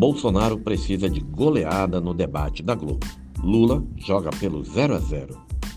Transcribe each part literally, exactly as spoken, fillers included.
Bolsonaro precisa de goleada no debate da Globo. Lula joga pelo zero a zero.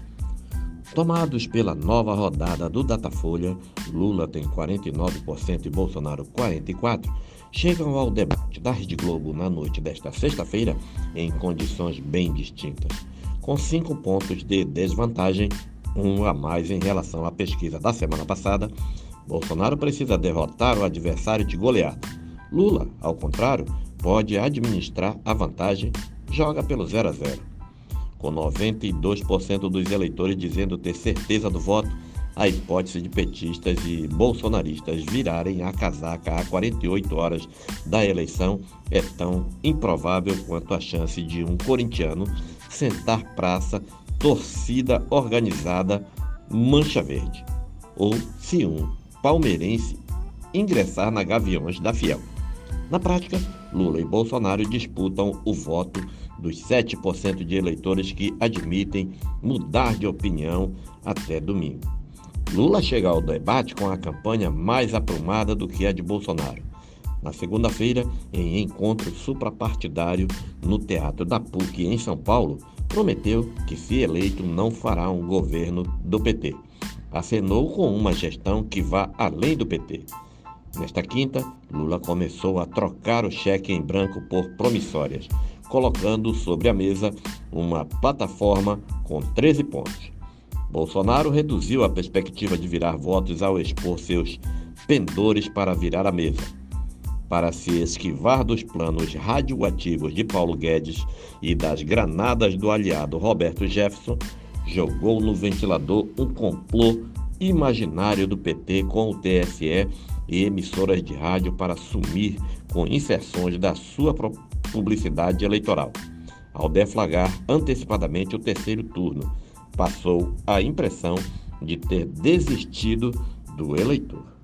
Tomados pela nova rodada do Datafolha, Lula tem quarenta e nove por cento e Bolsonaro quarenta e quatro por cento, chegam ao debate da Rede Globo na noite desta sexta-feira em condições bem distintas, com cinco pontos de desvantagem, um a mais em relação à pesquisa da semana passada. Bolsonaro precisa derrotar o adversário de goleada. Lula, ao contrário, pode administrar a vantagem, joga pelo zero a zero. Com noventa e dois por cento dos eleitores dizendo ter certeza do voto, a hipótese de petistas e bolsonaristas virarem a casaca a quarenta e oito horas da eleição é tão improvável quanto a chance de um corintiano sentar praça, torcida organizada, mancha verde, ou se um palmeirense ingressar na Gaviões da Fiel. Na prática, Lula e Bolsonaro disputam o voto dos sete por cento de eleitores que admitem mudar de opinião até domingo. Lula chega ao debate com a campanha mais aprumada do que a de Bolsonaro. Na segunda-feira, em encontro suprapartidário no Teatro da P U C em São Paulo, prometeu que, se eleito, não fará um governo do P T. Acenou com uma gestão que vá além do P T. Nesta quinta, Lula começou a trocar o cheque em branco por promissórias, colocando sobre a mesa uma plataforma com treze pontos. Bolsonaro reduziu a perspectiva de virar votos ao expor seus pendores para virar a mesa. Para se esquivar dos planos radioativos de Paulo Guedes e das granadas do aliado Roberto Jefferson, jogou no ventilador um complô imaginário do P T com o T S E e emissoras de rádio para sumir com inserções da sua publicidade eleitoral. Ao deflagrar antecipadamente o terceiro turno, passou a impressão de ter desistido do eleitor.